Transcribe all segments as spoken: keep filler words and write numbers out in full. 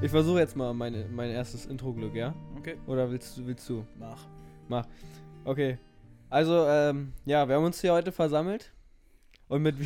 Ich versuche jetzt mal meine, mein erstes Intro-Glück, ja? Okay. Oder willst du, willst du? Mach. Mach. Okay. Also, ähm, ja, wir haben uns hier heute versammelt. Und mit...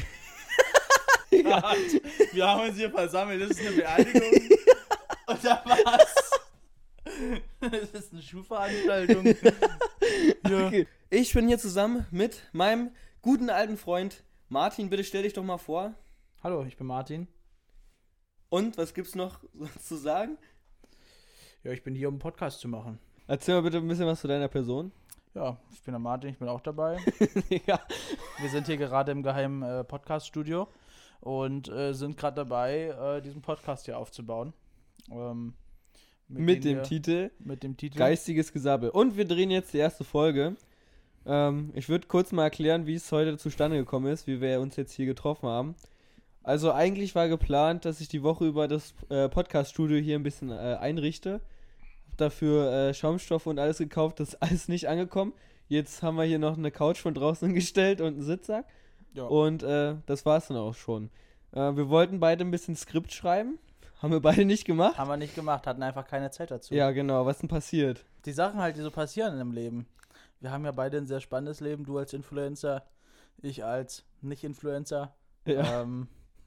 ja. Wir haben uns hier versammelt, das ist eine Beerdigung. Oder was? Das ist eine Schulveranstaltung. Ja. Okay. Ich bin hier zusammen mit meinem guten alten Freund Martin. Bitte stell dich doch mal vor. Hallo, ich bin Martin. Und, was gibt's noch zu sagen? Ja, ich bin hier, um einen Podcast zu machen. Erzähl mal bitte ein bisschen was zu deiner Person. Ja, ich bin der Martin, ich bin auch dabei. Ja. Wir sind hier gerade im geheimen äh, Podcast-Studio und äh, sind gerade dabei, äh, diesen Podcast hier aufzubauen. Ähm, mit mit dem wir, Titel Mit dem Titel Geistiges Gesabbel. Und wir drehen jetzt die erste Folge. Ähm, ich würde kurz mal erklären, wie es heute zustande gekommen ist, wie wir uns jetzt hier getroffen haben. Also eigentlich war geplant, dass ich die Woche über das äh, Podcast-Studio hier ein bisschen äh, einrichte. Hab dafür äh, Schaumstoff und alles gekauft, das ist alles nicht angekommen. Jetzt haben wir hier noch eine Couch von draußen gestellt und einen Sitzsack. Ja. Und äh, das war's dann auch schon. Äh, wir wollten beide ein bisschen Skript schreiben. Haben wir beide nicht gemacht. Haben wir nicht gemacht, hatten einfach keine Zeit dazu. Ja, genau. Was denn passiert? Die Sachen halt, die so passieren im Leben. Wir haben ja beide ein sehr spannendes Leben. Du als Influencer, ich als Nicht-Influencer. Ja. Ähm,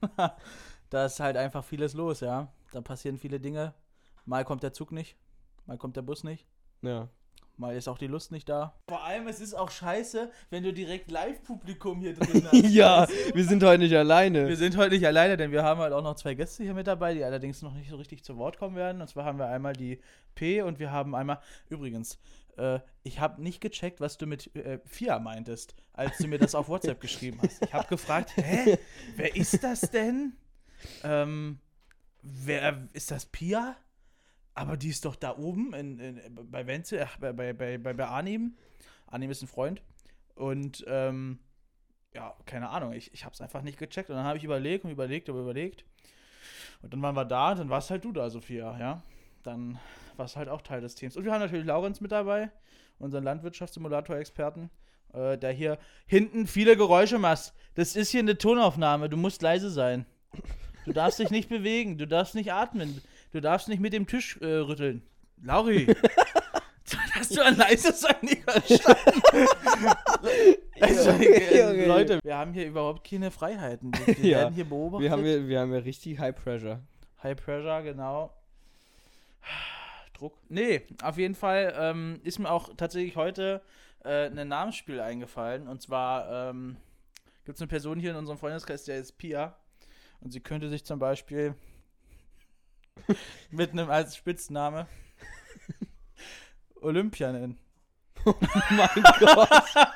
da ist halt einfach vieles los, ja. Da passieren viele Dinge. Mal kommt der Zug nicht, mal kommt der Bus nicht, Ja. mal ist auch die Lust nicht da. Vor allem, es ist auch scheiße, wenn du direkt Live-Publikum hier drin hast. Ja, wir sind heute nicht alleine. Wir sind heute nicht alleine, denn wir haben halt auch noch zwei Gäste hier mit dabei, die allerdings noch nicht so richtig zu Wort kommen werden. Und zwar haben wir einmal die P und wir haben einmal, übrigens, äh, ich habe nicht gecheckt, was du mit äh, Fia meintest, als du mir das auf WhatsApp geschrieben hast. Ich habe gefragt, hä, wer ist das denn? Ähm, wer, ist das Pia? Aber die ist doch da oben in, in, bei Wenzel, ach, bei, bei, bei, bei Arnim. Arnim ist ein Freund. Und, ähm, ja, keine Ahnung, ich, ich hab's einfach nicht gecheckt. Und dann habe ich überlegt und überlegt und überlegt. Und dann waren wir da, dann warst halt du da, Sophia, ja. Dann warst halt auch Teil des Teams. Und wir haben natürlich Laurenz mit dabei, unseren Landwirtschaftssimulator-Experten, äh, der hier hinten viele Geräusche macht. Das ist hier eine Tonaufnahme, du musst leise sein. Du darfst dich nicht bewegen, du darfst nicht atmen, du darfst nicht mit dem Tisch äh, rütteln. Lauri, hast du ein leises sein nicht verstanden? Also, äh, okay. Leute, wir haben hier überhaupt keine Freiheiten. Wir, wir Ja, werden hier beobachtet. Wir haben ja, wir haben ja richtig High Pressure. High Pressure, genau. Druck. Nee, auf jeden Fall ähm, ist mir auch tatsächlich heute äh, ein Namensspiel eingefallen. Und zwar ähm, gibt es eine Person hier in unserem Freundeskreis, der ist Pia. Und sie könnte sich zum Beispiel mit einem als Spitzname Olympia nennen. Oh mein Gott.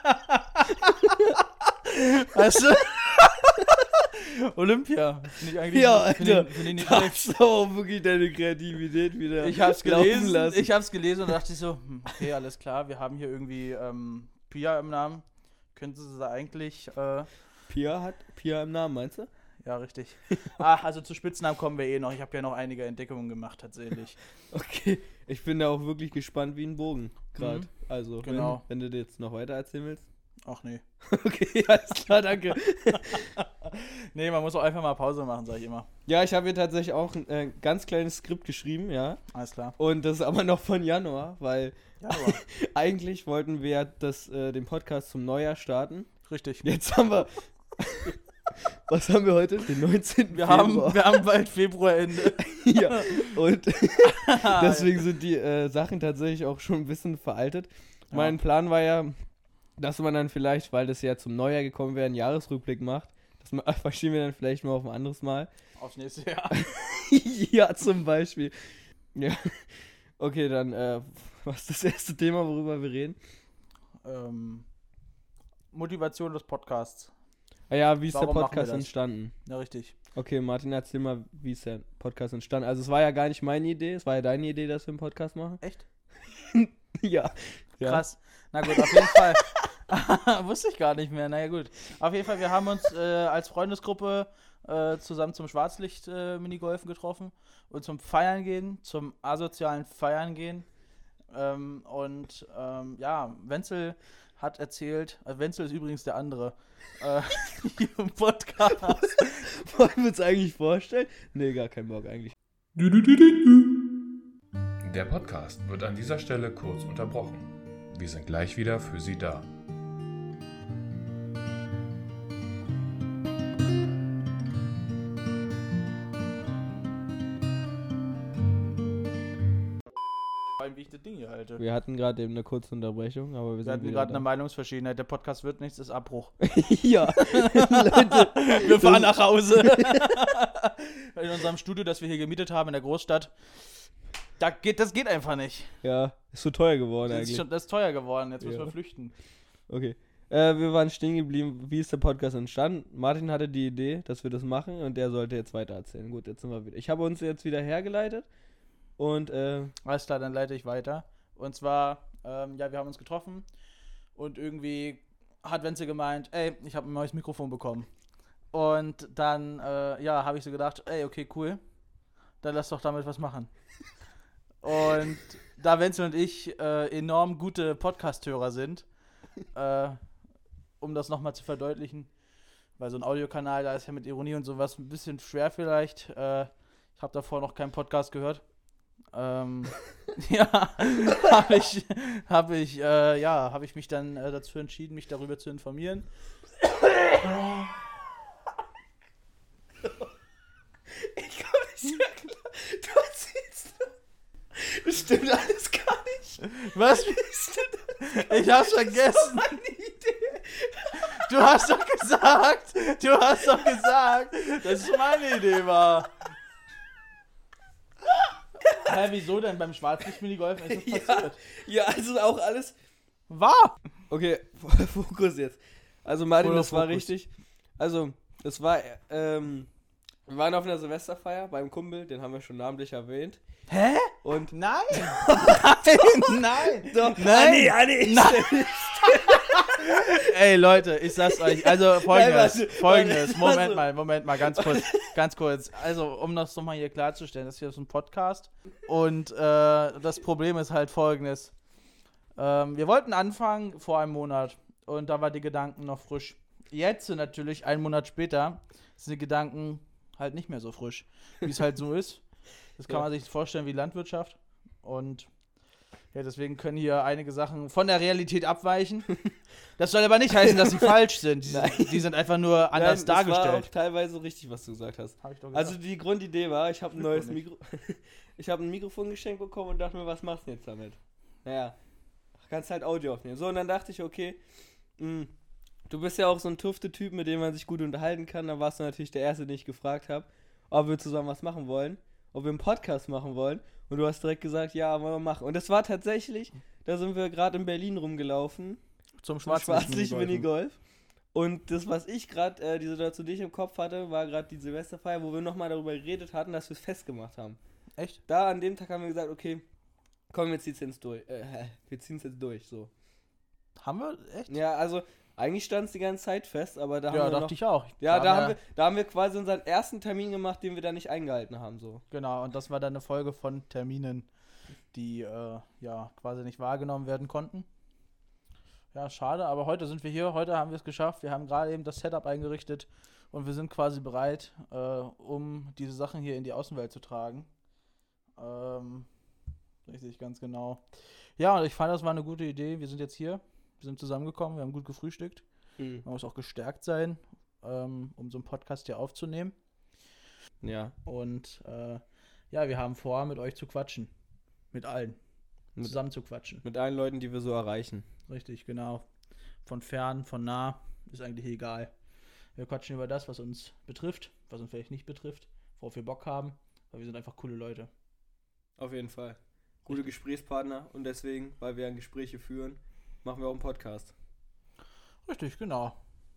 Weißt du? Olympia. Finde ich eigentlich Ja, find ich- Alter. find ich nicht Da schlecht. hast du auch wirklich deine Kreativität wieder Ich hab's laufen gelesen, lassen. ich hab's gelesen und dachte so, hm, okay, alles klar, wir haben hier irgendwie ähm, Pia im Namen. Könnte sie eigentlich, äh, Pia hat Pia im Namen, meinst du? ja, richtig. Ach, also zu Spitznamen kommen wir eh noch. Ich habe ja noch einige Entdeckungen gemacht, tatsächlich. Okay, ich bin da auch wirklich gespannt wie ein Bogen gerade. Mhm. Also, Genau. wenn, wenn du dir jetzt noch weiter erzählen willst. Ach nee. Okay, alles klar, danke. Nee, man muss auch einfach mal Pause machen, sag ich immer. Ja, ich habe hier tatsächlich auch ein äh, ganz kleines Skript geschrieben, ja. Alles klar. Und das ist aber noch von Januar, weil Ja, aber eigentlich wollten wir ja das, äh, den Podcast zum Neujahr starten. richtig. Jetzt haben wir... Was haben wir heute? Den neunzehnten Wir Februar. haben, wir haben bald Februarende. Ja, und deswegen sind die äh, Sachen tatsächlich auch schon ein bisschen veraltet. Ja. Mein Plan war ja, dass man dann vielleicht, weil das ja zum Neujahr gekommen wäre, einen Jahresrückblick macht. Das ma- verstehen wir dann vielleicht mal auf ein anderes Mal. Aufs nächste Jahr. Ja, zum Beispiel. Ja. Okay, dann, äh, was ist das erste Thema, worüber wir reden? Ähm, Motivation des Podcasts. Ah ja, wie ist der Warum machen wir Podcast das? entstanden? Ja, richtig. Okay, Martin, erzähl mal, wie ist der Podcast entstanden? Also es war ja gar nicht meine Idee, es war ja deine Idee, dass wir einen Podcast machen. Echt? Ja. Ja. Krass. Na gut, auf jeden Fall. Wusste ich gar nicht mehr. Naja, gut. Auf jeden Fall, wir haben uns äh, als Freundesgruppe äh, zusammen zum Schwarzlicht-Minigolfen getroffen und zum Feiern gehen, zum asozialen Feiern gehen. Ähm, und ähm, ja, Wenzel hat erzählt, äh, Wenzel ist übrigens der andere, äh, hier im Podcast. Wollen wir uns eigentlich vorstellen? Nee, gar keinen Bock eigentlich. Der Podcast wird an dieser Stelle kurz unterbrochen. Wir sind gleich wieder für Sie da. Wie ich das Ding hier halte. Wir hatten gerade eben eine kurze Unterbrechung, aber wir, Wir sind hatten wieder gerade da. eine Meinungsverschiedenheit. Der Podcast wird nichts, ist Abbruch. Ja, Leute. Wir fahren nach Hause. In unserem Studio, das wir hier gemietet haben in der Großstadt. Da geht, das geht einfach nicht. Ja, ist zu teuer geworden Das ist, eigentlich. schon, das ist teuer geworden. Jetzt müssen Ja. wir flüchten. Okay. Äh, wir waren stehen geblieben, wie ist der Podcast entstanden? Martin hatte die Idee, dass wir das machen und der sollte jetzt weiter erzählen. Gut, jetzt sind wir wieder. Ich habe uns jetzt wieder hergeleitet und äh, Alles klar, dann leite ich weiter. Und zwar, ähm, ja, wir haben uns getroffen und irgendwie hat Wenzel gemeint, ey, ich habe ein neues Mikrofon bekommen. Und dann, äh, ja, habe ich so gedacht, ey, okay, cool, dann lass doch damit was machen. Und da Wenzel und ich äh, enorm gute Podcast-Hörer sind, äh, um das nochmal zu verdeutlichen, weil so ein Audiokanal, da ist ja mit Ironie und sowas ein bisschen schwer vielleicht. Äh, ich habe davor noch keinen Podcast gehört. Ähm, ja, habe ich, hab ich, äh, ja, habe ich mich dann äh, dazu entschieden, mich darüber zu informieren. ich komme nicht mehr klar. Du erzählst. Das stimmt alles gar nicht. Was? Ich hab's vergessen. Meine Idee. Du hast doch gesagt, du hast doch gesagt, dass es meine Idee war. Hä, wieso denn beim Schwarzlicht-Minigolfen ist das passiert? Ja, also auch alles. War! Okay, Fokus jetzt. Also Martin, Voller das war Fokus. richtig. Also, das war, ähm, wir waren auf einer Silvesterfeier beim Kumpel, den haben wir schon namentlich erwähnt. Hä? Und Nein! Nein! Nein! Doch, Nein! Anni, Anni, Nein! Ey Leute, ich sag's euch, also folgendes, Nein, warte, folgendes, warte, Moment also- mal, Moment mal, ganz kurz, ganz kurz. Also, um das nochmal hier klarzustellen, das hier ist ein Podcast und äh, das Problem ist halt folgendes. Ähm, wir wollten anfangen vor einem Monat und da war die Gedanken noch frisch. Jetzt natürlich, einen Monat später, sind die Gedanken halt nicht mehr so frisch, wie es halt so ist. Das kann Ja. man sich vorstellen wie Landwirtschaft und ja, deswegen können hier einige Sachen von der Realität abweichen. Das soll aber nicht heißen, dass sie falsch sind. Die, Nein. die sind einfach nur anders Nein, das war auch dargestellt. teilweise richtig, was du gesagt hast. Hab ich doch Also die Grundidee war, ich habe ein Stimmt neues wohl nicht. Mikro ich habe ein Mikrofon geschenkt bekommen und dachte mir, was machst du jetzt damit? Naja, kannst halt Audio aufnehmen. So, und dann dachte ich, okay, mh, du bist ja auch so ein Tufte-Typ, mit dem man sich gut unterhalten kann. Dann warst du natürlich der Erste, den ich gefragt habe, ob wir zusammen was machen wollen, ob wir einen Podcast machen wollen. Und du hast direkt gesagt, ja, wollen wir machen. Und das war tatsächlich, da sind wir gerade in Berlin rumgelaufen, zum zum Schwarzlicht-Minigolfen. Schwarzlicht-Minigolf. Und das, was ich gerade, äh, die Situation, die ich im Kopf hatte, war gerade die Silvesterfeier, wo wir nochmal darüber geredet hatten, dass wir es festgemacht haben. Echt? Da an dem Tag haben wir gesagt, okay, komm, wir ziehen es jetzt durch. Äh, wir ziehen es jetzt durch, so. Haben wir? Echt? Ja, also, eigentlich stand es die ganze Zeit fest, aber da haben Ja, wir dachte noch, ich auch. Ja, da, haben wir, wir, da haben wir quasi unseren ersten Termin gemacht, den wir da nicht eingehalten haben, so. Genau, und das war dann eine Folge von Terminen, die äh, ja quasi nicht wahrgenommen werden konnten. Ja, schade, aber heute sind wir hier, heute haben wir es geschafft. Wir haben gerade eben das Setup eingerichtet und wir sind quasi bereit, äh, um diese Sachen hier in die Außenwelt zu tragen. Ähm, richtig, ganz genau. Ja, und ich fand, das war eine gute Idee. Wir sind jetzt hier, wir sind zusammengekommen, wir haben gut gefrühstückt. Mhm. Man muss auch gestärkt sein, ähm, um so einen Podcast hier aufzunehmen. Ja. Und äh, ja, wir haben vor, mit euch zu quatschen. Mit allen. Mit- Zusammen zu quatschen. Mit allen Leuten, die wir so erreichen. Richtig, genau. Von fern, von nah, ist eigentlich egal. Wir quatschen über das, was uns betrifft, was uns vielleicht nicht betrifft, worauf wir Bock haben, weil wir sind einfach coole Leute. Auf jeden Fall. Gute Gesprächspartner und deswegen, weil wir Gespräche führen, machen wir auch einen Podcast. Richtig, genau.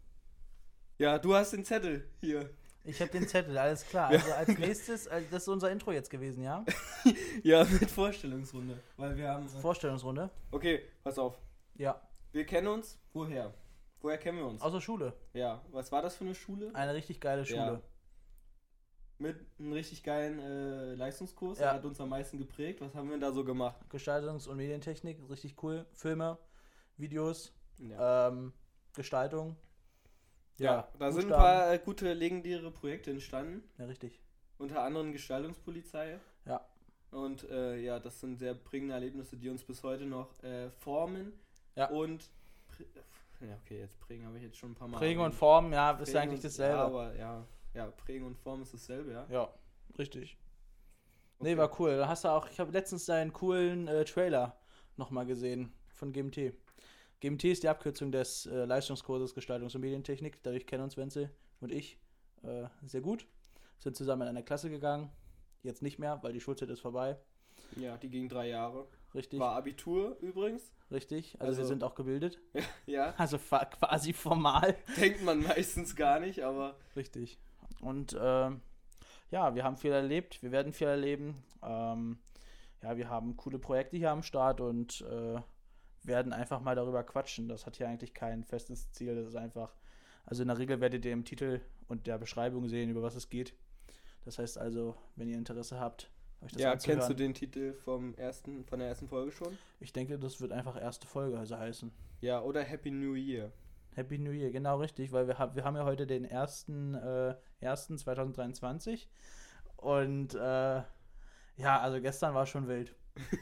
Ja, du hast den Zettel hier. Ich habe den Zettel, alles klar. Also als nächstes, äh, das ist unser Intro jetzt gewesen, ja? Ja, mit Vorstellungsrunde. Weil wir haben. Vorstellungsrunde. Okay, pass auf. Ja. Wir kennen uns. Woher? Woher kennen wir uns? Aus der Schule. Ja, was war das für eine Schule? Eine richtig geile Schule. Ja. Mit einem richtig geilen äh, Leistungskurs. Ja. Der hat uns am meisten geprägt. Was haben wir da so gemacht? Gestaltungs- und Medientechnik, richtig cool. Filme, Videos, Ja, ähm, Gestaltung. ja da sind ein Buchstaben. paar äh, gute legendäre Projekte entstanden. Ja, richtig. Unter anderem Gestaltungspolizei. Ja. Und äh, ja, das sind sehr prägende Erlebnisse, die uns bis heute noch äh, formen. Ja. Und ja, okay, jetzt prägen habe ich jetzt schon ein paar Mal. Prägen und erwähnt. Form, ja, ist Prägen eigentlich und, dasselbe. Ja, aber ja, ja, Prägen und Form ist dasselbe, ja. Ja, richtig. Okay. Nee, war cool. Da hast du auch, ich habe letztens deinen coolen äh, Trailer nochmal gesehen von G M T. G M T ist die Abkürzung des äh, Leistungskurses Gestaltungs- und Medientechnik. Dadurch kennen uns Wenzel und ich äh, sehr gut. Sind zusammen in eine Klasse gegangen. Jetzt nicht mehr, weil die Schulzeit ist vorbei. Ja, die ging drei Jahre. Richtig. War Abitur übrigens. Richtig. Also, Also- wir sind auch gebildet. Ja, Also fa- quasi formal. denkt man meistens gar nicht, aber Richtig. Und ähm, ja, wir haben viel erlebt, wir werden viel erleben. Ähm, ja, wir haben coole Projekte hier am Start und äh, werden einfach mal darüber quatschen. Das hat hier eigentlich kein festes Ziel. Das ist einfach, also in der Regel werdet ihr im Titel und der Beschreibung sehen, über was es geht. Das heißt also, wenn ihr Interesse habt, euch das ja, anzuhören. kennst du den Titel vom ersten, von der ersten Folge schon? Ich denke, das wird einfach erste Folge also heißen. Ja, oder Happy New Year. Happy New Year, genau richtig, weil wir, hab, wir haben ja heute den ersten äh, ersten zweitausenddreiundzwanzig und äh, ja, also gestern war schon wild.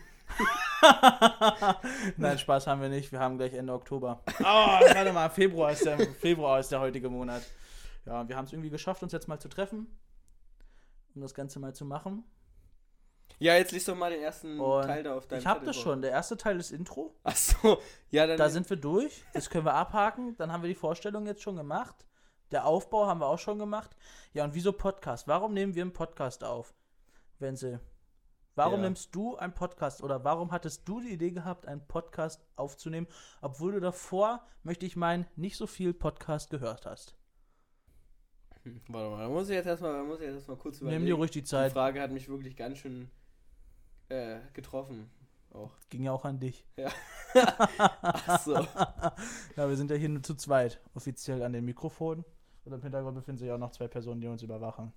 Nein, Spaß haben wir nicht, wir haben gleich Ende Oktober. Oh, warte mal, Februar ist der, Februar ist der heutige Monat. Ja, wir haben es irgendwie geschafft, uns jetzt mal zu treffen, um das Ganze mal zu machen. Ja, jetzt liest doch mal den ersten Und Teil da auf deinem ich habe Zettel das vor. schon, der erste Teil ist Intro. Ach so, ja, dann. Da sind wir durch. Das können wir abhaken. Dann haben wir die Vorstellung jetzt schon gemacht. Der Aufbau haben wir auch schon gemacht. Ja, und wieso Podcast? Warum nehmen wir einen Podcast auf, Wenzel? Warum Ja. nimmst du einen Podcast oder warum hattest du die Idee gehabt, einen Podcast aufzunehmen, obwohl du davor, möchte ich meinen, nicht so viel Podcast gehört hast? Hm, Warte mal, da muss ich jetzt erstmal, da muss ich jetzt erstmal kurz überlegen. Nimm dir ruhig die Die Zeit. Frage hat mich wirklich ganz schön äh, getroffen. Auch. Ging ja auch an dich. Ach so. Ja, wir sind ja hier nur zu zweit, offiziell an den Mikrofonen. Und im Hintergrund befinden sich auch noch zwei Personen, die uns überwachen.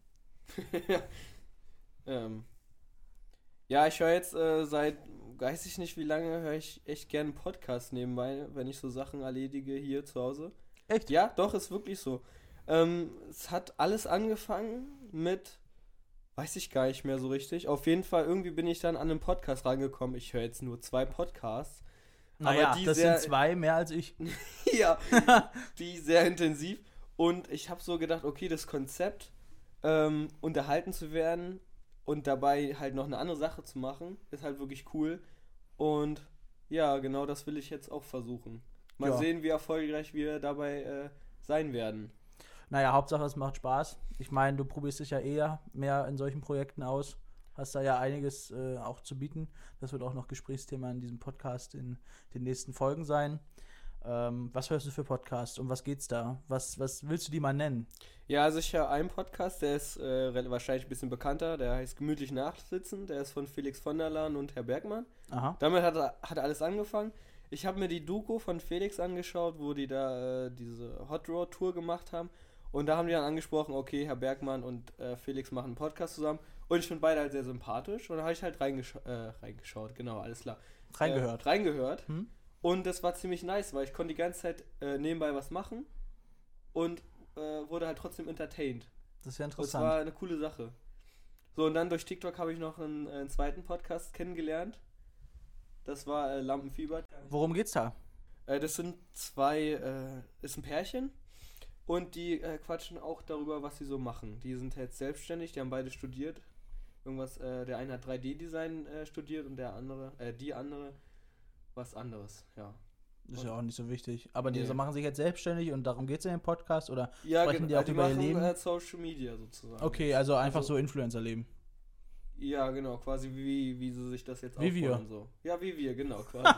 ähm. Ja, ich höre jetzt äh, seit, weiß ich nicht wie lange, höre ich echt gerne einen Podcast nebenbei, wenn ich so Sachen erledige hier zu Hause. Echt? Ja, doch, ist wirklich so. Ähm, es hat alles angefangen mit, weiß ich gar nicht mehr so richtig. Auf jeden Fall, irgendwie bin ich dann an einen Podcast rangekommen. Ich höre jetzt nur zwei Podcasts. Naja, aber die das sehr, sind zwei mehr als ich. ja, die sehr intensiv. Und ich habe so gedacht, okay, das Konzept, ähm, unterhalten zu werden und dabei halt noch eine andere Sache zu machen, ist halt wirklich cool. Und ja, genau das will ich jetzt auch versuchen. Mal Ja. sehen, wie erfolgreich wir dabei äh, sein werden. Naja, Hauptsache es macht Spaß. Ich meine, du probierst dich ja eher mehr in solchen Projekten aus. Hast da ja einiges äh, auch zu bieten. Das wird auch noch Gesprächsthema in diesem Podcast in den nächsten Folgen sein. Ähm, was hörst du für Podcasts? Um was geht's da? Was, was willst du die mal nennen? Ja, also ich höre einen Podcast, der ist äh, rel- wahrscheinlich ein bisschen bekannter, der heißt Gemütlich Nachsitzen, der ist von Felix von der Lahn und Herr Bergmann. Aha. Damit hat, hat alles angefangen. Ich habe mir die Doku von Felix angeschaut, wo die da äh, diese Hot Rod Tour gemacht haben. Und da haben die dann angesprochen, okay, Herr Bergmann und äh, Felix machen einen Podcast zusammen. Und ich finde beide halt sehr sympathisch. Und da habe ich halt reingescha- äh, reingeschaut, genau, alles klar. Reingehört. Äh, reingehört. Hm? Und das war ziemlich nice, weil ich konnte die ganze Zeit äh, nebenbei was machen. Und äh, wurde halt trotzdem entertained. Das ist ja Das interessant. war eine coole Sache. So, und dann durch TikTok habe ich noch einen, einen zweiten Podcast kennengelernt. Das war äh, Lampenfieber. Worum geht's da? Äh, das sind zwei, äh, ist ein Pärchen. Und die äh, quatschen auch darüber, was sie so machen. Die sind jetzt selbstständig, die haben beide studiert. Irgendwas, äh, der eine hat drei D-Design äh, studiert und der andere, äh, die andere was anderes, ja. Ist ja auch nicht so wichtig. Aber die Nee. so machen sich jetzt selbstständig und darum geht's in dem Podcast? Oder Ja, sprechen genau, die auch die über ihr machen Leben? Äh, Social Media sozusagen. Okay, also einfach Also- so Influencer-Leben. Ja, genau, quasi wie, wie sie sich das jetzt Wie wir. aufbauen und so. Ja, wie wir, genau, quasi.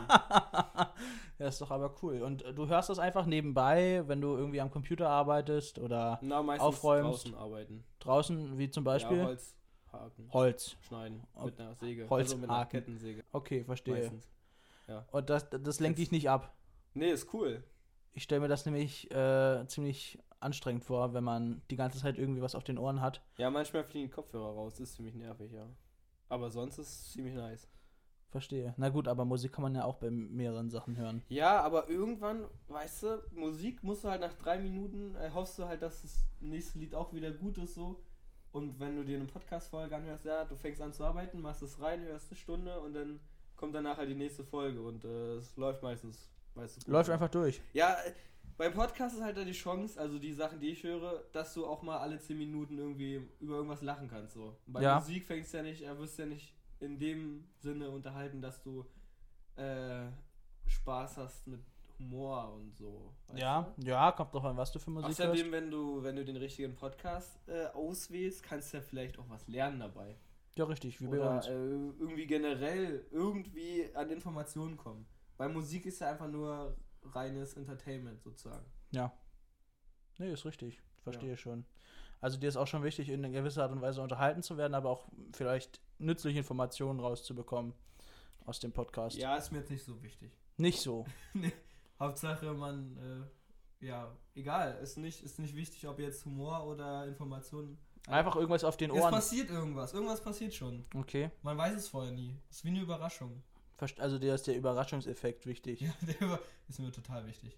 Ja, ist doch aber cool. Und äh, du hörst das einfach nebenbei, wenn du irgendwie am Computer arbeitest oder Na, meistens Aufräumst. draußen arbeiten. draußen, wie zum Beispiel? Ja, Holz haken, Holz. schneiden Ok- mit einer Säge. Holz also mit einer haken. Kettensäge Okay, verstehe. meistens. Und das, das lenkt Jetzt- dich nicht ab. Nee, ist cool. Ich stelle mir das nämlich äh, ziemlich anstrengend vor, wenn man die ganze Zeit irgendwie was auf den Ohren hat. Ja, manchmal fliegen die Kopfhörer raus, das ist ziemlich nervig, ja. Aber sonst ist es ziemlich nice. Verstehe. Na gut, aber Musik kann man ja auch bei mehreren Sachen hören. Ja, aber irgendwann, weißt du, Musik musst du halt nach drei Minuten, äh, hoffst du halt, dass das nächste Lied auch wieder gut ist so. Und wenn du dir eine Podcast-Folge anhörst, ja, du fängst an zu arbeiten, machst es rein, hörst eine Stunde und dann kommt danach halt die nächste Folge und äh, es läuft meistens. meistens Läuft einfach durch. Ja, beim Podcast ist halt da die Chance, also die Sachen, die ich höre, dass du auch mal alle zehn Minuten irgendwie über irgendwas lachen kannst. So. Bei Ja. Musik fängst du ja nicht, äh, wirst ja nicht in dem Sinne unterhalten, dass du äh, Spaß hast mit Humor und so. weißt Ja, du? ja, kommt drauf an, was du für Musik Außerdem, hörst. wenn du, wenn du den richtigen Podcast äh, auswählst, kannst du ja vielleicht auch was lernen dabei. Ja, richtig, wie bei Oder uns. äh, irgendwie generell irgendwie an Informationen kommen. Bei Musik ist ja einfach nur reines Entertainment sozusagen. Ja. Nee, ist richtig. Verstehe Ja. schon. Also dir ist auch schon wichtig, in gewisser Art und Weise unterhalten zu werden, aber auch vielleicht nützliche Informationen rauszubekommen aus dem Podcast. Ja, ist mir jetzt nicht so wichtig. Nicht so. Hauptsache man, äh, ja, egal, ist nicht, ist nicht wichtig, ob jetzt Humor oder Informationen. Einfach irgendwas auf den Es Ohren. passiert irgendwas, irgendwas passiert schon. Okay. Man weiß es vorher nie. Ist wie eine Überraschung. Verst- Also dir ist der Überraschungseffekt wichtig. Ja, der Über- ist mir total wichtig.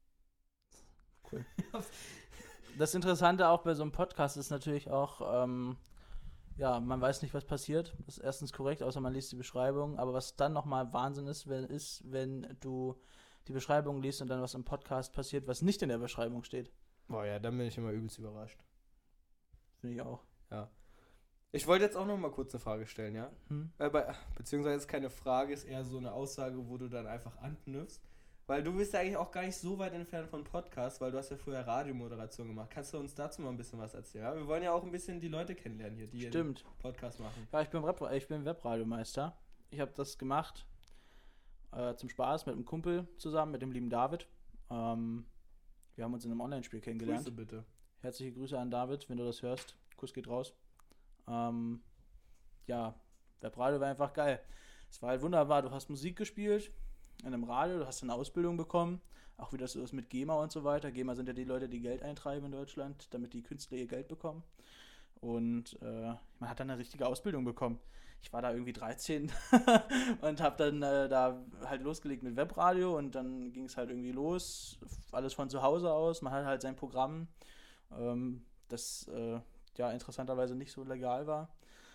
Cool. Das Interessante auch bei so einem Podcast ist natürlich auch, ähm, ja, man weiß nicht, was passiert. Das ist erstens korrekt, außer man liest die Beschreibung. Aber was dann nochmal Wahnsinn ist, wenn, ist, wenn du die Beschreibung liest und dann was im Podcast passiert, was nicht in der Beschreibung steht. Boah, ja, dann bin ich immer übelst überrascht. Finde ich auch. Ja. Ich wollte jetzt auch noch mal kurz eine Frage stellen, ja? Hm? Äh, bei, beziehungsweise ist keine Frage, ist eher so eine Aussage, wo du dann einfach anknüpfst. Weil du bist ja eigentlich auch gar nicht so weit entfernt von Podcast, weil du hast ja früher Radiomoderation gemacht. Kannst du uns dazu mal ein bisschen was erzählen? Ja? Wir wollen ja auch ein bisschen die Leute kennenlernen hier, die Stimmt. den Podcast machen. Ja, ich bin, Web ich bin Webradiomeister. Ich habe das gemacht äh, zum Spaß mit einem Kumpel zusammen, mit dem lieben David. Ähm, wir haben uns in einem Online-Spiel kennengelernt. Grüße bitte. Herzliche Grüße an David, wenn du das hörst. Kuss geht raus. Ähm, ja, Webradio war einfach geil. Es war halt wunderbar. Du hast Musik gespielt in einem Radio, du hast eine Ausbildung bekommen. Auch wie das so ist mit GEMA und so weiter. GEMA sind ja die Leute, die Geld eintreiben in Deutschland, damit die Künstler ihr Geld bekommen. Und äh, man hat dann eine richtige Ausbildung bekommen. Ich war da irgendwie dreizehn und habe dann äh, da halt losgelegt mit Webradio und dann ging es halt irgendwie los. Alles von zu Hause aus. Man hat halt sein Programm, ähm, das äh, ja interessanterweise nicht so legal war.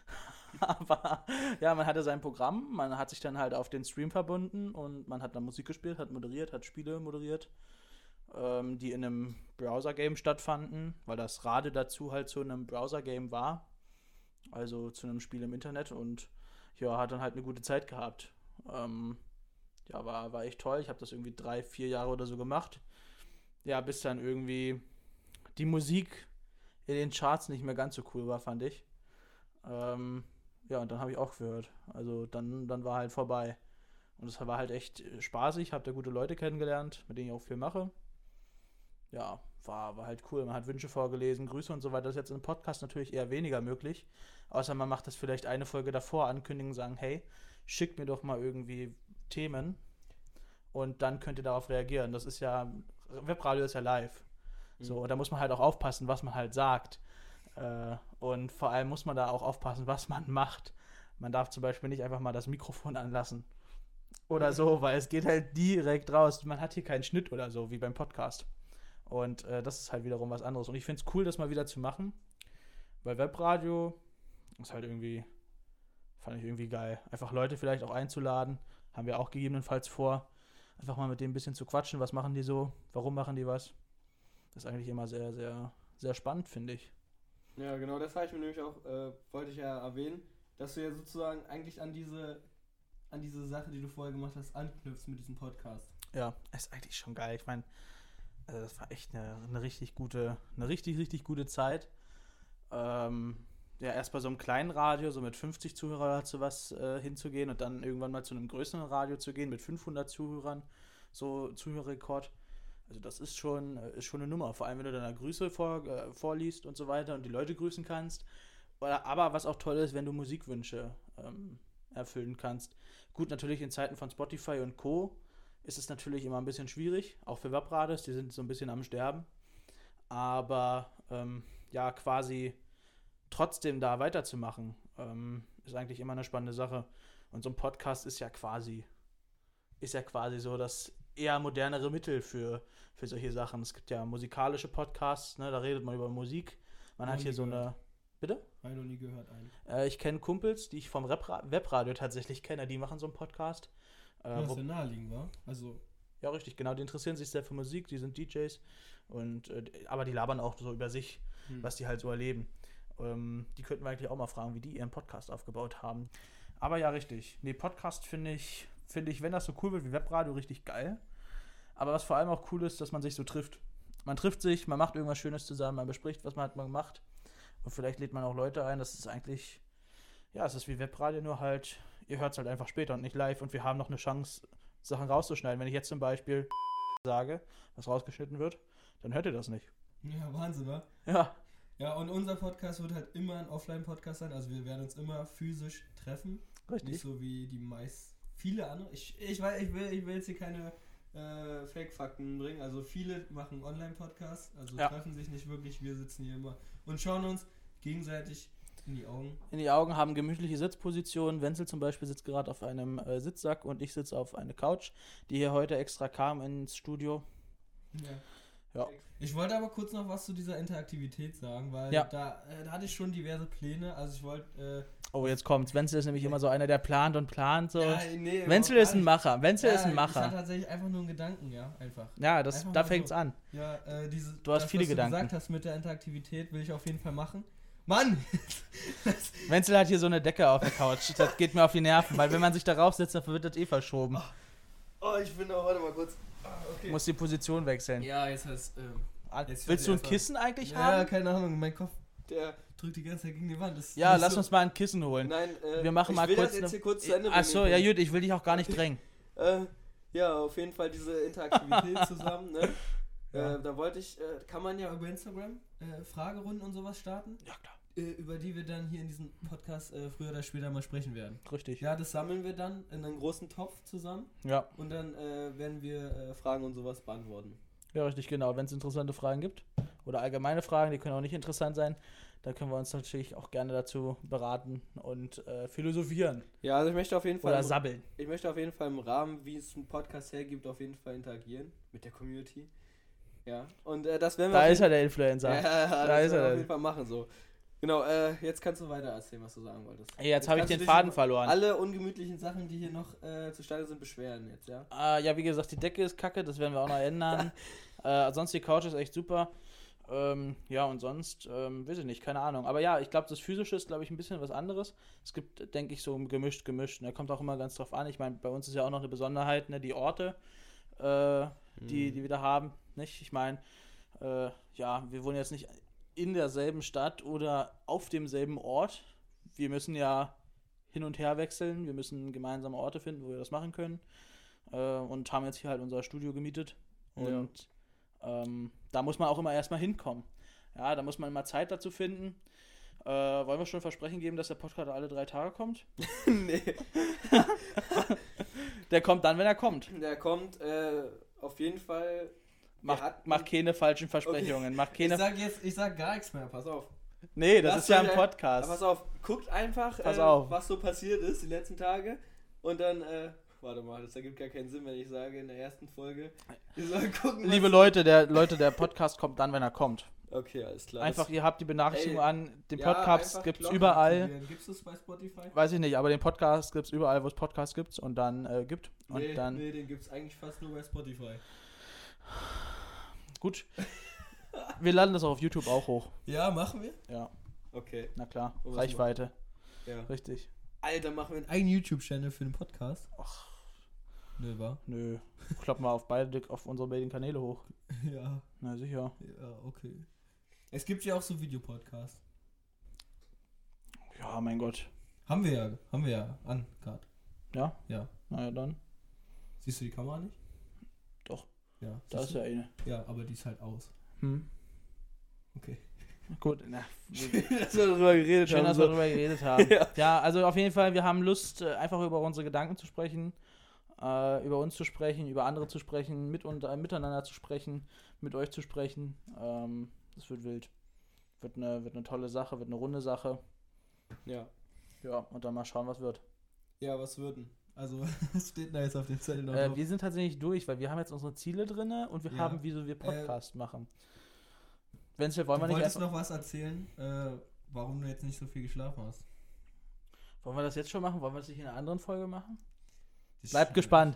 Aber ja, man hatte sein Programm, man hat sich dann halt auf den Stream verbunden und man hat dann Musik gespielt, hat moderiert, hat Spiele moderiert, ähm, die in einem Browser-Game stattfanden, weil das Radio dazu halt zu einem Browser-Game war, also zu einem Spiel im Internet und ja, hat dann halt eine gute Zeit gehabt. Ähm, ja, war, war echt toll, ich habe das irgendwie drei, vier Jahre oder so gemacht. Ja, bis dann irgendwie die Musik in den Charts nicht mehr ganz so cool war, fand ich. Ähm, ja, und dann habe ich auch gehört. Also dann, dann war halt vorbei. Und es war halt echt spaßig, habe da gute Leute kennengelernt, mit denen ich auch viel mache. Ja, war, war halt cool. Man hat Wünsche vorgelesen, Grüße und so weiter. Das ist jetzt im Podcast natürlich eher weniger möglich. Außer man macht das vielleicht eine Folge davor ankündigen und sagen, hey, schickt mir doch mal irgendwie Themen und dann könnt ihr darauf reagieren. Das ist ja, Webradio ist ja live. Mhm. So, und da muss man halt auch aufpassen, was man halt sagt. Äh, und vor allem muss man da auch aufpassen, was man macht. Man darf zum Beispiel nicht einfach mal das Mikrofon anlassen. Oder so, weil es geht halt direkt raus. Man hat hier keinen Schnitt oder so, wie beim Podcast. Und äh, das ist halt wiederum was anderes. Und ich finde es cool, das mal wieder zu machen. Weil Webradio ist halt irgendwie, fand ich irgendwie geil. Einfach Leute vielleicht auch einzuladen. Haben wir auch gegebenenfalls vor. Einfach mal mit denen ein bisschen zu quatschen. Was machen die so? Warum machen die was? Das ist eigentlich immer sehr, sehr, sehr spannend, finde ich. Ja, genau, das habe ich mir nämlich auch, äh, wollte ich ja erwähnen, dass du ja sozusagen eigentlich an diese, an diese Sache, die du vorher gemacht hast, anknüpfst mit diesem Podcast. Ja, ist eigentlich schon geil. Ich meine, also das war echt eine, eine richtig gute, eine richtig, richtig gute Zeit. Ähm, ja, erst bei so einem kleinen Radio, so mit fünfzig Zuhörern zu was äh, hinzugehen und dann irgendwann mal zu einem größeren Radio zu gehen mit fünfhundert Zuhörern, so Zuhörerrekord. Also das ist schon, ist schon eine Nummer, vor allem wenn du deine Grüße vor, äh, vorliest und so weiter und die Leute grüßen kannst. Oder, aber was auch toll ist, wenn du Musikwünsche ähm, erfüllen kannst. Gut, natürlich in Zeiten von Spotify und Co. ist es natürlich immer ein bisschen schwierig, auch für Webradios, die sind so ein bisschen am Sterben. Aber ähm, ja, quasi trotzdem da weiterzumachen, ähm, ist eigentlich immer eine spannende Sache. Und so ein Podcast ist ja quasi, ist ja quasi so das eher modernere Mittel für, für solche Sachen. Es gibt ja musikalische Podcasts, ne, da redet man über Musik. Man hat hier so eine... Bitte? Hab ich noch nie gehört, einen. Äh, ich kenne Kumpels, die ich vom Repra- Webradio tatsächlich kenne, die machen so einen Podcast. Äh, Ja, wo, ist ja naheliegend, wa? Also, ja, richtig, genau, die interessieren sich sehr für Musik, die sind D Js, und, äh, aber die labern auch so über sich, hm. was die halt so erleben. Ähm, die könnten wir eigentlich auch mal fragen, wie die ihren Podcast aufgebaut haben. Aber ja, richtig. Nee, Podcast finde ich, finde ich, wenn das so cool wird wie Webradio, richtig geil. Aber was vor allem auch cool ist, dass man sich so trifft. Man trifft sich, man macht irgendwas Schönes zusammen, man bespricht, was man hat man gemacht. Und vielleicht lädt man auch Leute ein. Das ist eigentlich, ja, es ist wie Webradio, nur halt, ihr hört es halt einfach später und nicht live. Und wir haben noch eine Chance, Sachen rauszuschneiden. Wenn ich jetzt zum Beispiel sage, was rausgeschnitten wird, dann hört ihr das nicht. Ja, Wahnsinn, wa? Ja. Ja, und unser Podcast wird halt immer ein Offline-Podcast sein. Also wir werden uns immer physisch treffen. Richtig. Nicht so wie die meist viele andere. Ich, ich, weiß, ich, will, ich will jetzt hier keine äh, Fake-Fakten bringen. Also viele machen Online-Podcasts, also Ja. treffen sich nicht wirklich. Wir sitzen hier immer und schauen uns gegenseitig in die Augen. In die Augen, haben gemütliche Sitzpositionen. Wenzel zum Beispiel sitzt gerade auf einem äh, Sitzsack und ich sitze auf einer Couch, die hier heute extra kam ins Studio. Ja. Ja. Ich wollte aber kurz noch was zu dieser Interaktivität sagen, weil Ja. da, äh, da hatte ich schon diverse Pläne. Also ich wollte... Oh, jetzt kommt's. Wenzel ist nämlich immer so einer, der plant und plant. So. Äh, ja, nee, Wenzel überhaupt ist ein gar Macher. Wenzel nicht. ist ein Ja, Ich hatte Macher. tatsächlich einfach nur einen Gedanken, ja, einfach. Ja, das, Einfach da mal fängt's so. an. Ja, äh, diese, Du hast das, viele was Gedanken. du gesagt hast mit der Interaktivität, will ich auf jeden Fall machen. Mann! Wenzel hat hier so eine Decke auf der Couch. Das geht mir auf die Nerven, weil wenn man sich darauf setzt, dann wird das eh verschoben. Oh, ich bin auch, warte mal kurz. Ah, okay. Du musst die Position wechseln. Ja, jetzt heißt ähm, Ah, jetzt Willst du ein erst mal- Kissen eigentlich Ja, haben? keine Ahnung, mein Kopf, der drückt die ganze Zeit gegen die Wand. Das ist Ja, nicht lass so, uns mal ein Kissen holen. Nein, äh, Wir machen ich mal will kurz das jetzt eine- hier kurz zu Ende Achso, bringen. ja gut, ich will dich auch gar nicht drängen. Äh, ja, auf jeden Fall diese Interaktivität zusammen, ne? Ja. Äh, da wollte ich, äh, kann man ja über Instagram äh, Fragerunden und sowas starten, Ja, klar. äh, über die wir dann hier in diesem Podcast äh, früher oder später mal sprechen werden. Richtig. Ja, das sammeln wir dann in einen großen Topf zusammen Ja, und dann äh, werden wir äh, Fragen und sowas beantworten. ja richtig, genau. Wenn es interessante Fragen gibt oder allgemeine Fragen, die können auch nicht interessant sein, da können wir uns natürlich auch gerne dazu beraten und äh, philosophieren Ja, also ich möchte auf jeden Fall, oder im, sabbeln. ich möchte auf jeden Fall im Rahmen, wie es ein Podcast hergibt, auf jeden Fall interagieren mit der Community. Ja, und äh, das werden wir Da auf ist jeden- er, der Influencer. Ja, Da das ist werden er wir auf dann. jeden Fall machen so. Genau, äh, jetzt kannst du weiter erzählen, was du sagen wolltest. Ey, jetzt habe ich kannst du den dich Faden über verloren. Alle ungemütlichen Sachen, die hier noch äh, zustande sind, beschweren jetzt, ja? Äh, ja, wie gesagt, die Decke ist kacke, das werden wir auch noch ändern. äh, sonst die Couch ist echt super. Ähm, ja, und sonst, ähm, weiß ich nicht, keine Ahnung. Aber ja, ich glaube, das Physische ist, glaube ich, ein bisschen was anderes. Es gibt, denke ich, so gemischt, gemischt. Ne? Kommt auch immer ganz drauf an. Ich meine, bei uns ist ja auch noch eine Besonderheit, ne? Die Orte, äh, die, Mhm. die wir da haben. Nicht? Ich meine, äh, ja, wir wohnen jetzt nicht in derselben Stadt oder auf demselben Ort. Wir müssen ja hin und her wechseln. Wir müssen gemeinsame Orte finden, wo wir das machen können. Äh, und haben jetzt hier halt unser Studio gemietet. Und ähm, da muss man auch immer erstmal hinkommen. Ja, da muss man immer Zeit dazu finden. Äh, wollen wir schon Versprechen geben, dass der Podcast alle drei Tage kommt? Nee. Der kommt dann, wenn er kommt. Der kommt äh, auf jeden Fall. Mach, hatten- mach keine falschen Versprechungen. Mach keine. Ich sag jetzt, ich sag gar nichts mehr, pass auf. nee, das Lasst ist ja euch ein ein- Podcast. Aber pass auf, guckt einfach, Pass äh, auf. was so passiert ist die letzten Tage. Und dann, äh, warte mal, das ergibt gar keinen Sinn, wenn ich sage in der ersten Folge. Wir sollen gucken, Liebe Leute, der Leute, der Podcast kommt dann, wenn er kommt. Okay, alles klar. Einfach, ihr habt die Benachrichtigung Ey, an. Den Ja, Podcast einfach gibt's Glocke überall. aktivieren. Gibt's das bei Spotify? Weiß ich nicht, aber den Podcast gibt's überall, wo es Podcasts gibt und dann äh, gibt. Und nee, dann. nee, den gibt's eigentlich fast nur bei Spotify. Gut. Wir laden das auch auf YouTube auch hoch. Ja, machen wir? Ja, Okay, na klar. Und was Reichweite. ja. Richtig. Alter, machen wir einen eigenen YouTube-Channel für den Podcast? Ach, Nö, war? nö. Kloppen wir auf beide, auf unsere beiden Kanäle hoch. Ja, Na sicher. ja, okay. Es gibt ja auch so Videopodcasts. Ja, mein Gott. Haben wir ja, haben wir ja an, gerade. Ja? Ja. Na ja, dann. Siehst du die Kamera nicht? Doch. Ja. Da siehst ist du? ja eine. Ja, aber die ist halt aus. Hm. Okay. Gut, na. dass wir darüber geredet Schön, dass wir darüber geredet haben. Ja. Ja, also auf jeden Fall, wir haben Lust, äh, einfach über unsere Gedanken zu sprechen, äh, über uns zu sprechen, über andere zu sprechen, mit und, äh, miteinander zu sprechen, mit euch zu sprechen. Ähm, das wird wild. Wird eine, wird eine tolle Sache, wird eine runde Sache. Ja. Ja, und dann mal schauen, was wird. Ja, was würden? Also, was steht denn da jetzt auf dem Zettel noch Äh, drauf? wir sind tatsächlich durch, weil wir haben jetzt unsere Ziele drin und wir Ja. haben, wieso wir Podcast machen. Wenzel, wollen wir Du nicht wolltest einfach... noch was erzählen, äh, warum du jetzt nicht so viel geschlafen hast. Wollen wir das jetzt schon machen? Wollen wir das nicht in einer anderen Folge machen? Das Bleibt gespannt.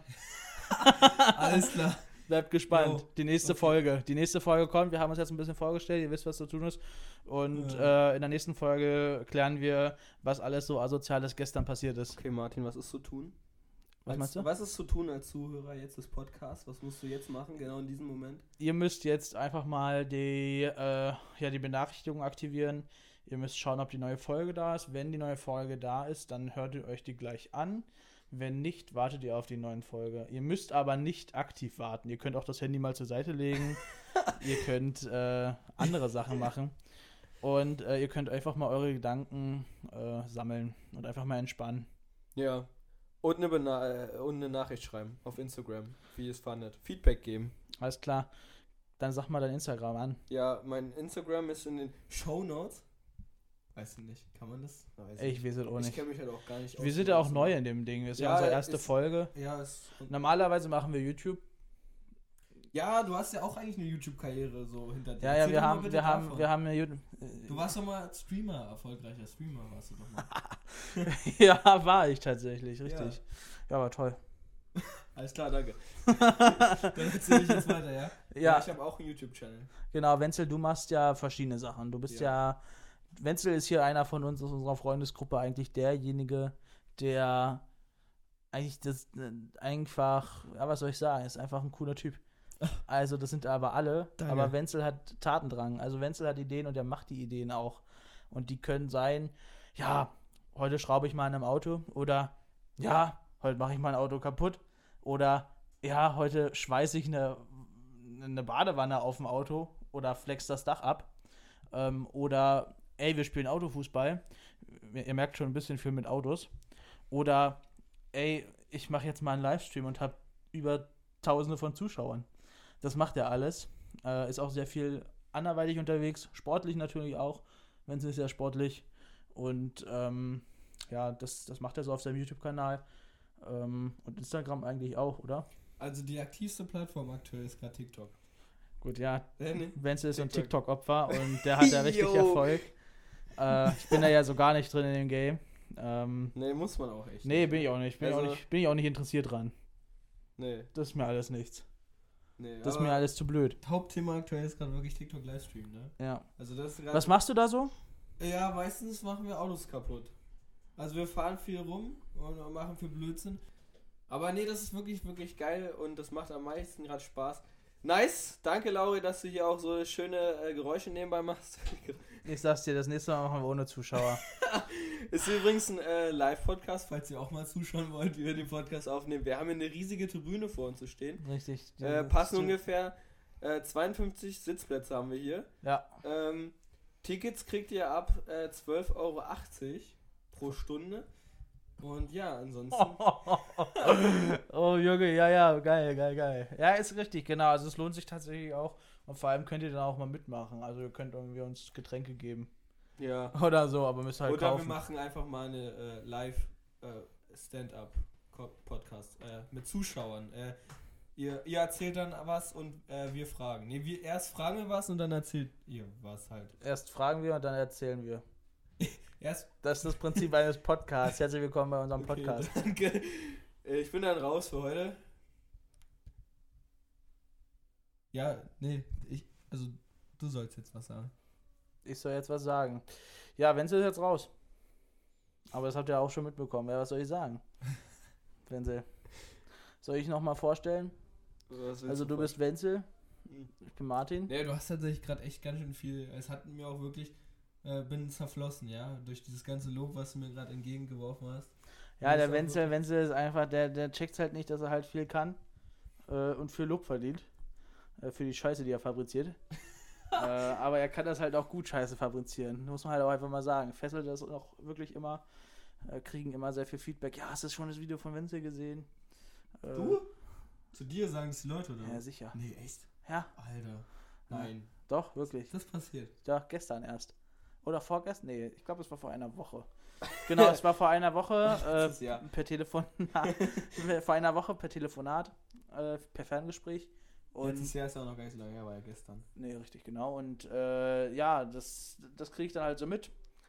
Alles klar. Bleibt gespannt. Jo. Die nächste Okay. Folge. Die nächste Folge kommt. Wir haben uns jetzt ein bisschen vorgestellt. Ihr wisst, was zu tun ist. Und Ja. äh, in der nächsten Folge klären wir, was alles so Asoziales gestern passiert ist. Okay, Martin, was ist zu tun? Was als, meinst du? Was ist zu tun als Zuhörer jetzt des Podcasts? Was musst du jetzt machen, genau in diesem Moment? Ihr müsst jetzt einfach mal die, äh, ja, die Benachrichtigung aktivieren. Ihr müsst schauen, ob die neue Folge da ist. Wenn die neue Folge da ist, dann hört ihr euch die gleich an. Wenn nicht, wartet ihr auf die neue Folge. Ihr müsst aber nicht aktiv warten. Ihr könnt auch das Handy mal zur Seite legen. Ihr könnt äh, andere Sachen machen. Und äh, ihr könnt einfach mal eure Gedanken äh, sammeln und einfach mal entspannen. Ja. Und eine, Bena äh, und eine Nachricht schreiben auf Instagram, wie ihr es fandet. Feedback geben. Alles klar. Dann sag mal dein Instagram an. Ja, mein Instagram ist in den Shownotes. Weißt du nicht, kann man das? Weiß Ich weiß es auch Ich nicht. kenne mich halt auch gar nicht aus. Wir sind ja auch neu in dem Ding. Das ist ja, Ja, unsere erste ist- Folge. Ja, ist, Normalerweise machen wir YouTube. ja, du hast ja auch eigentlich eine YouTube-Karriere so hinter dir. Ja, ja, Erzähl wir doch mal haben, bitte wir haben, davon. wir haben eine YouTube. Du warst doch mal Streamer, erfolgreicher Streamer warst du doch mal. Ja, war ich tatsächlich, richtig. Ja, war toll. Alles klar, danke. Dann erzähl ich jetzt weiter, ja? Ja, ich habe auch einen YouTube-Channel. genau, Wenzel, du machst ja verschiedene Sachen. Du bist ja. Ja. Wenzel ist hier einer von uns aus unserer Freundesgruppe, eigentlich derjenige, der eigentlich das äh, einfach, ja, was soll ich sagen, ist einfach ein cooler Typ. Also, das sind aber alle, Danke. aber Wenzel hat Tatendrang. Also, Wenzel hat Ideen und er macht die Ideen auch. Und die können sein, ja, heute schraube ich mal an einem Auto oder ja, heute mache ich mein Auto kaputt oder ja, heute schweiße ich eine, eine Badewanne auf dem Auto oder flex das Dach ab ähm, oder ey, wir spielen Autofußball. Ihr merkt schon ein bisschen viel mit Autos. Oder ey, ich mache jetzt mal einen Livestream und habe über Tausende von Zuschauern. Das macht er alles. Äh, ist auch sehr viel anderweitig unterwegs, sportlich natürlich auch. Wenzel ist sehr sportlich. Und ähm, ja, das, das macht er so auf seinem YouTube-Kanal. Ähm, und Instagram eigentlich auch, oder? Also die aktivste Plattform aktuell ist gerade TikTok. Gut, ja. Äh, nee. Wenzel ist ein TikTok. TikTok-Opfer und der hat da richtig Jo. Erfolg. Äh, ich bin da ja so gar nicht drin in dem Game. Ähm, Nee, muss man auch echt. nee, bin ich auch nicht. Bin, ich Also- auch nicht. bin ich auch nicht interessiert dran. Nee, Das ist mir alles nichts. nee. Das ist aber mir alles zu blöd. Hauptthema aktuell ist gerade wirklich TikTok Livestream, ne? Ja. Also das ist grad- Was machst du da so? Ja, meistens machen wir Autos kaputt. Also wir fahren viel rum und machen viel Blödsinn. Aber nee, das ist wirklich, wirklich geil und das macht am meisten gerade Spaß. Nice, danke Lauri, dass du hier auch so schöne äh, Geräusche nebenbei machst. Ich sag's dir, das nächste Mal machen wir ohne Zuschauer. Ist übrigens ein äh, Live-Podcast, falls ihr auch mal zuschauen wollt, wie wir den Podcast aufnehmen. Wir haben hier eine riesige Tribüne vor uns zu stehen. Richtig. Äh, passen ungefähr äh, zweiundfünfzig Sitzplätze haben wir hier. Ja. Ähm, Tickets kriegt ihr ab äh, zwölf Euro achtzig pro Stunde. Und ja, ansonsten. Oh, Junge, ja, ja, geil, geil, geil. Ja, ist richtig, genau. Also es lohnt sich tatsächlich auch. Und vor allem könnt ihr dann auch mal mitmachen. Also ihr könnt irgendwie uns Getränke geben. Ja. Oder so, aber müsst halt Oder kaufen. wir machen einfach mal eine äh, Live äh, Stand-up-Podcast äh, mit Zuschauern. Äh, ihr, ihr erzählt dann was und äh, wir fragen. Nee, wir, erst fragen wir was und dann erzählt ihr was halt. Erst fragen wir und dann erzählen wir. Erst. Das ist das Prinzip eines Podcasts. Herzlich willkommen bei unserem Okay, Podcast. danke. Äh, Ich bin dann raus für heute. Ja, nee, ich, also du sollst jetzt was sagen. Ich soll jetzt was sagen. Ja, Wenzel ist jetzt raus. Aber das habt ihr auch schon mitbekommen. Ja, was soll ich sagen? Wenzel. Soll ich nochmal vorstellen? Was willst Also du bist Wenzel, Hm. ich bin Martin. Nee, du hast tatsächlich gerade echt ganz schön viel. Es hat mir auch wirklich. Äh, bin zerflossen, ja, durch dieses ganze Lob, was du mir gerade entgegengeworfen hast. Ja, Das der ist auch Wenzel, Wenzel ist einfach, der, der checkt halt nicht, dass er halt viel kann äh, und viel Lob verdient. Äh, für die Scheiße, die er fabriziert. äh, aber er kann das halt auch gut Scheiße fabrizieren. Muss man halt auch einfach mal sagen. Fesselt das auch wirklich immer. Äh, kriegen immer sehr viel Feedback. Ja, hast du schon das Video von Wenzel gesehen? Äh, Du? Zu dir sagen es die Leute, oder? Ja, sicher. Nee, echt? Ja, Alter. Nein. doch, wirklich. Das passiert. Ja, gestern erst. Oder vorgestern? Nee, ich glaube, es war vor einer Woche. Genau, es war vor einer Woche Letztes äh, Jahr. per Telefonat. vor einer Woche per Telefonat, äh, per Ferngespräch. Und Letztes Jahr ist ja auch noch gar nicht so lange her, war ja gestern. nee, richtig, genau. Und äh, ja, das, das kriege ich dann halt so mit.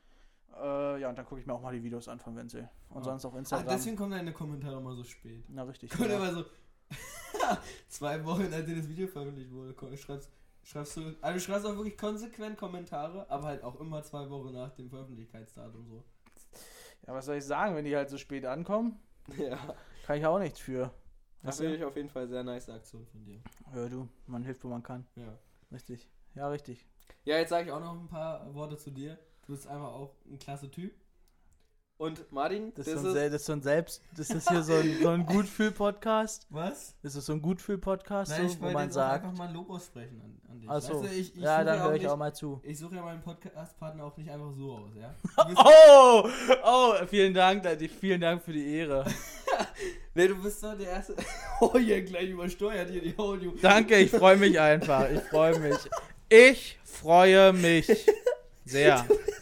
Äh, ja, und dann gucke ich mir auch mal die Videos an von Wenzel. Und Ah. sonst auf Ach, Instagram. deswegen kommen deine Kommentare mal so spät. Na, richtig. Kommt ja. immer so zwei Wochen, nachdem das Video veröffentlicht wurde, komm, schreibst, schreibst du, also du schreibst auch wirklich konsequent Kommentare, aber halt auch immer zwei Wochen nach dem Veröffentlichkeitsdatum so. Ja, was soll ich sagen, wenn die halt so spät ankommen? Ja. Kann ich auch nichts für. Das Weißt du? finde ich auf jeden Fall sehr nice Aktion von dir. Ja, du, man hilft, wo man kann. Ja. Richtig. Ja, richtig. Ja, jetzt sage ich auch noch ein paar Worte zu dir. Du bist einfach auch ein klasse Typ. Und Martin, Das, ist, so ein, Sel- das ist so ein Selbst... Das ist hier so ein, so ein Gutfühl-Podcast. Was? Das ist so ein Gutfühl-Podcast, Nein, so, ich wo wollte man jetzt auch sagt... einfach mal ein Lob aussprechen an, an dich. Achso, Weißt du, ich, ich ja, suche dann ja höre ich nicht, auch mal zu. Ich suche ja meinen Podcast-Partner auch nicht einfach so aus, ja? Du bist, Oh! Oh, vielen Dank, Daddy, vielen Dank für die Ehre. nee, du bist doch der Erste... Oh, hier gleich übersteuert hier die Audio. Danke, ich freue mich einfach. Ich freue mich. Ich freue mich sehr.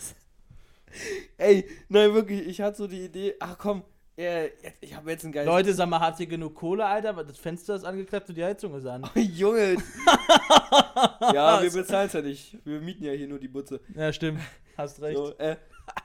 Ey, nein, wirklich, ich hatte so die Idee, ach komm, äh, jetzt, ich habe jetzt ein geiles... Leute, sag mal, habt ihr genug Kohle, Alter? Das Fenster ist angeklappt und die Heizung ist an. Oh, Junge. Ja, wir bezahlen es ja nicht. Wir mieten ja hier nur die Butze. Ja, stimmt. Hast recht. So, äh.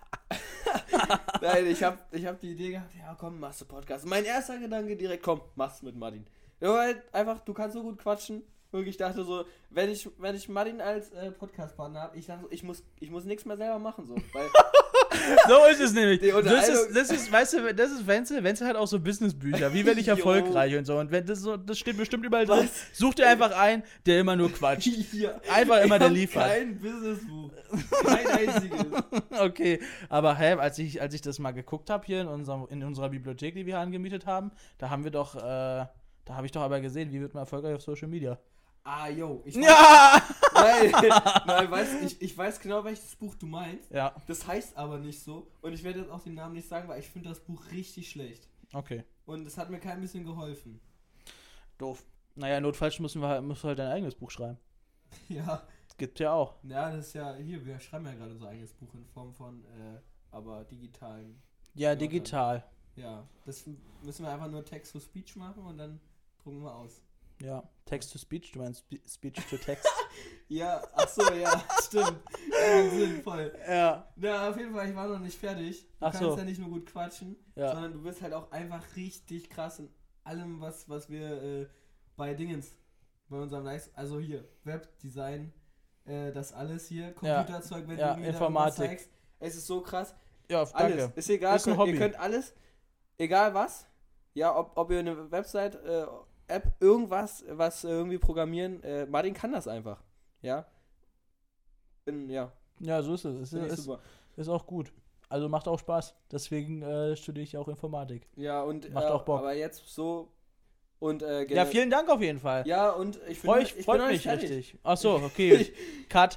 Nein, ich hab, ich hab die Idee gehabt, ja komm, machst du Podcast. Mein erster Gedanke direkt, komm, mach's mit Martin. Ja, weil einfach, du kannst so gut quatschen. Wirklich, ich dachte so, wenn ich, wenn ich Martin als äh, Podcast-Partner habe, ich dachte so, ich muss, ich muss nichts mehr selber machen, so. Weil, So ist es nämlich. Die Das Unterhaltung- ist, das ist, weißt du, das ist Wenzel. Wenzel hat auch so Businessbücher. Wie werde ich Jo. erfolgreich und so. Und wenn das, so, das steht bestimmt überall drin. Was? Such dir einfach einen, der immer nur quatscht. hier, Einfach immer ich der hab liefert. kein Businessbuch. Kein einziges. Okay, aber hä, als ich, als ich das mal geguckt habe hier in, unserem, in unserer Bibliothek, die wir angemietet haben, da haben wir doch, äh, da habe ich doch aber gesehen, wie wird man erfolgreich auf Social Media. Ah, yo. Ich Ja! Nein, nein, weißt, ich, ich weiß genau, welches Buch du meinst. Ja, Das heißt aber nicht so. Und ich werde jetzt auch den Namen nicht sagen, weil ich finde das Buch richtig schlecht. okay. Und es hat mir kein bisschen geholfen. Doof. Naja, notfalls müssen wir halt, musst du halt dein eigenes Buch schreiben. Ja. Gibt's ja auch. Ja, das ist ja, hier, wir schreiben ja gerade so ein eigenes Buch in Form von, äh, aber digitalen. Ja, Ja, digital. Ja, das müssen wir einfach nur Text-to-Speech machen und dann drucken wir aus. Ja, Text-to-Speech, du meinst Spe- Speech-to-Text. Ja, ach so, ja, stimmt. Ja, sinnvoll. Ja. Ja, auf jeden Fall, ich war noch nicht fertig. Du Ach kannst so. ja nicht nur gut quatschen, Ja. sondern du bist halt auch einfach richtig krass in allem, was, was wir äh, bei Dingens, bei unserem Nice, also hier, Webdesign, äh, das alles hier, Computerzeug, wenn Ja, du mir da Informatik. was zeigst. Es ist so krass. Ja, Alles. danke. Ist egal, Ist ein könnt, Hobby. ihr könnt alles, egal was, ja, ob, ob ihr eine Website, äh, App, irgendwas, was äh, irgendwie programmieren, äh, Martin kann das einfach, ja. Bin, ja, Ja, so ist es. Es finde ich ist, super. ist auch gut. Also macht auch Spaß. Deswegen äh, studiere ich auch Informatik. Ja, und, Macht äh, auch Bock. aber jetzt so, und, äh, Ja, generell- vielen Dank auf jeden Fall. Ja, und ich bin, Freu, ich bin freut noch mich nicht fertig. richtig. Ach so, okay. Cut.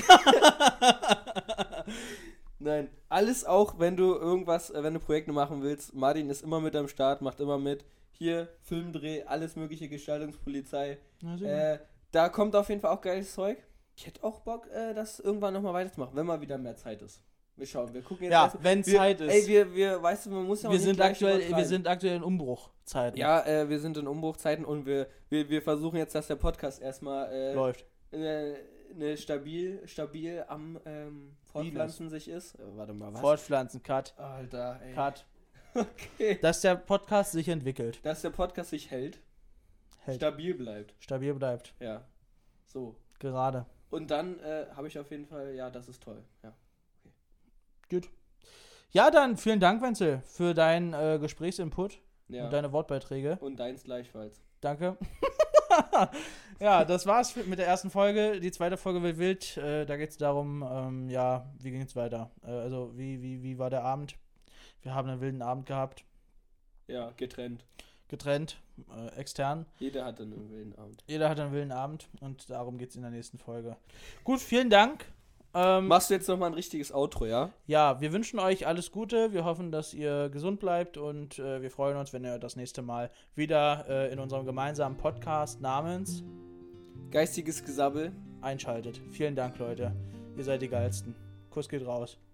Nein, alles auch, wenn du irgendwas, äh, wenn du Projekte machen willst, Martin ist immer mit am Start, macht immer mit. Hier, Filmdreh, alles mögliche, Gestaltungspolizei. Na, sehr Äh, da kommt auf jeden Fall auch geiles Zeug. Ich hätte auch Bock, äh, das irgendwann nochmal weiterzumachen, wenn mal wieder mehr Zeit ist. Wir schauen, wir gucken jetzt Ja, erst- wenn wir, Zeit ist. Ey, wir, wir, weißt du, man muss ja auch wir nicht sind gleich aktuell, wir übertreiben. sind aktuell in Umbruchzeiten. Ja, äh, wir sind in Umbruchzeiten und wir, wir, wir versuchen jetzt, dass der Podcast erstmal äh, Läuft. eine, eine stabil, stabil am ähm, Fortpflanzen sich ist. Äh, warte mal, was? Fortpflanzen, Cut. Alter, ey. Cut. Okay. Dass der Podcast sich entwickelt. Dass der Podcast sich hält, Hält. stabil bleibt. Stabil bleibt. Ja. So. Gerade. Und dann äh, habe ich auf jeden Fall, ja, das ist toll. Ja. Gut. Ja, dann vielen Dank, Wenzel, für deinen äh, Gesprächsinput Ja. und deine Wortbeiträge. Und deins gleichfalls. Danke. Ja, das war's für, mit der ersten Folge. Die zweite Folge wird wild. Äh, da geht es darum, ähm, ja, wie ging es weiter? Äh, also, wie, wie, wie war der Abend? Wir haben einen wilden Abend gehabt. Ja, getrennt. Getrennt, äh, extern. Jeder hatte einen wilden Abend. Jeder hat einen wilden Abend und darum geht es in der nächsten Folge. Gut, vielen Dank. Ähm, Machst du jetzt nochmal ein richtiges Outro, ja? ja, wir wünschen euch alles Gute. Wir hoffen, dass ihr gesund bleibt und äh, wir freuen uns, wenn ihr das nächste Mal wieder äh, in unserem gemeinsamen Podcast namens Geistiges Gesabbel. einschaltet. Vielen Dank, Leute. Ihr seid die Geilsten. Kuss geht raus.